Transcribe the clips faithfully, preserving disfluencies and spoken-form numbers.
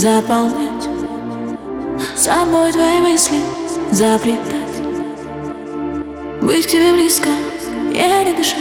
заполнять собой твои мысли, заплетать, быть к тебе близко, еле дышать.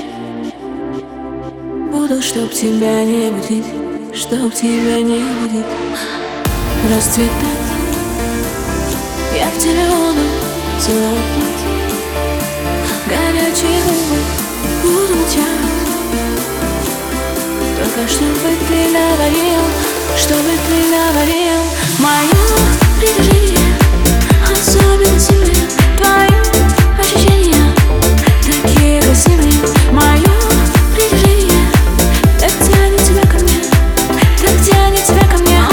Буду, чтоб тебя не будить, чтоб тебя не будить, расцветать. Я в тебе буду целовать, горячие губы буду натягивать. Только чтобы ты говорил, чтобы ты говорил. Мое притяжение особенно сильное, твои ощущения такие красивые. Мое притяжение так тянет тебя ко мне, так тянет тебя ко мне.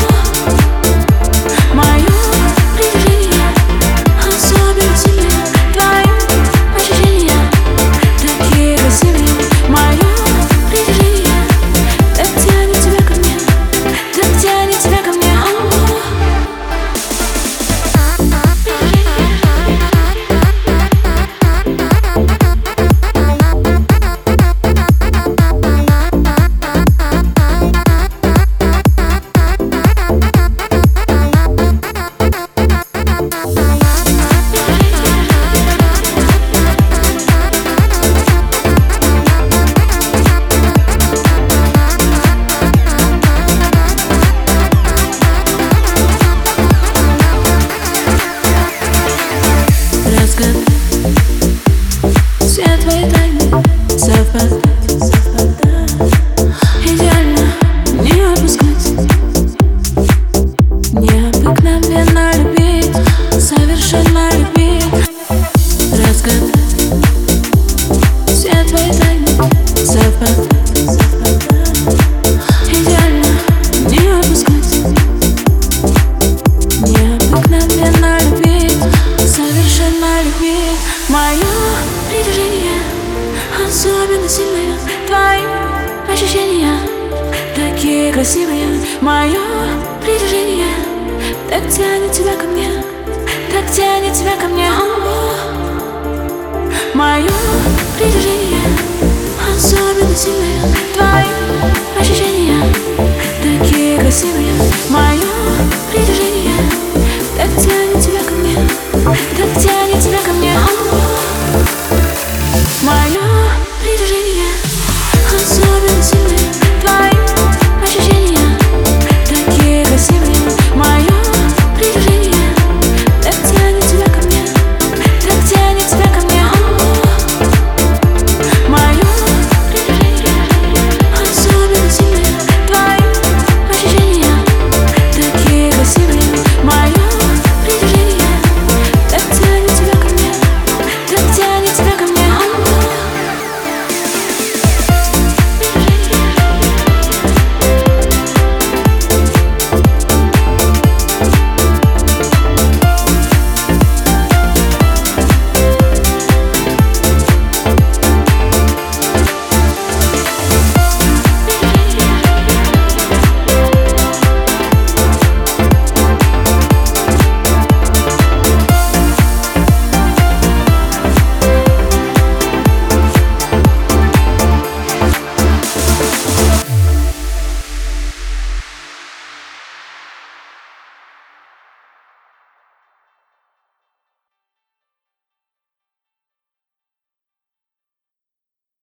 Мое притяжение особенно сильное, твои ощущения такие красивые. Мое притяжение так тянет тебя ко мне, так тянет тебя ко мне. Все твои тайны совпадать, совпадать. Идеально не отпускать, необыкновенно любить, совершенно любить. Разгадать все твои тайны совпадать, совпадать. Идеально не отпускать, необыкновенно любить, совершенно любить. Мое притяжение особенно сильное, твои ощущения такие красивые. Мое притяжение так тянет тебя ко мне, так тянет тебя ко мне. Мое притяжение особенно сильное, твои ощущения такие красивые. Мое притяжение так тянет тебя ко мне.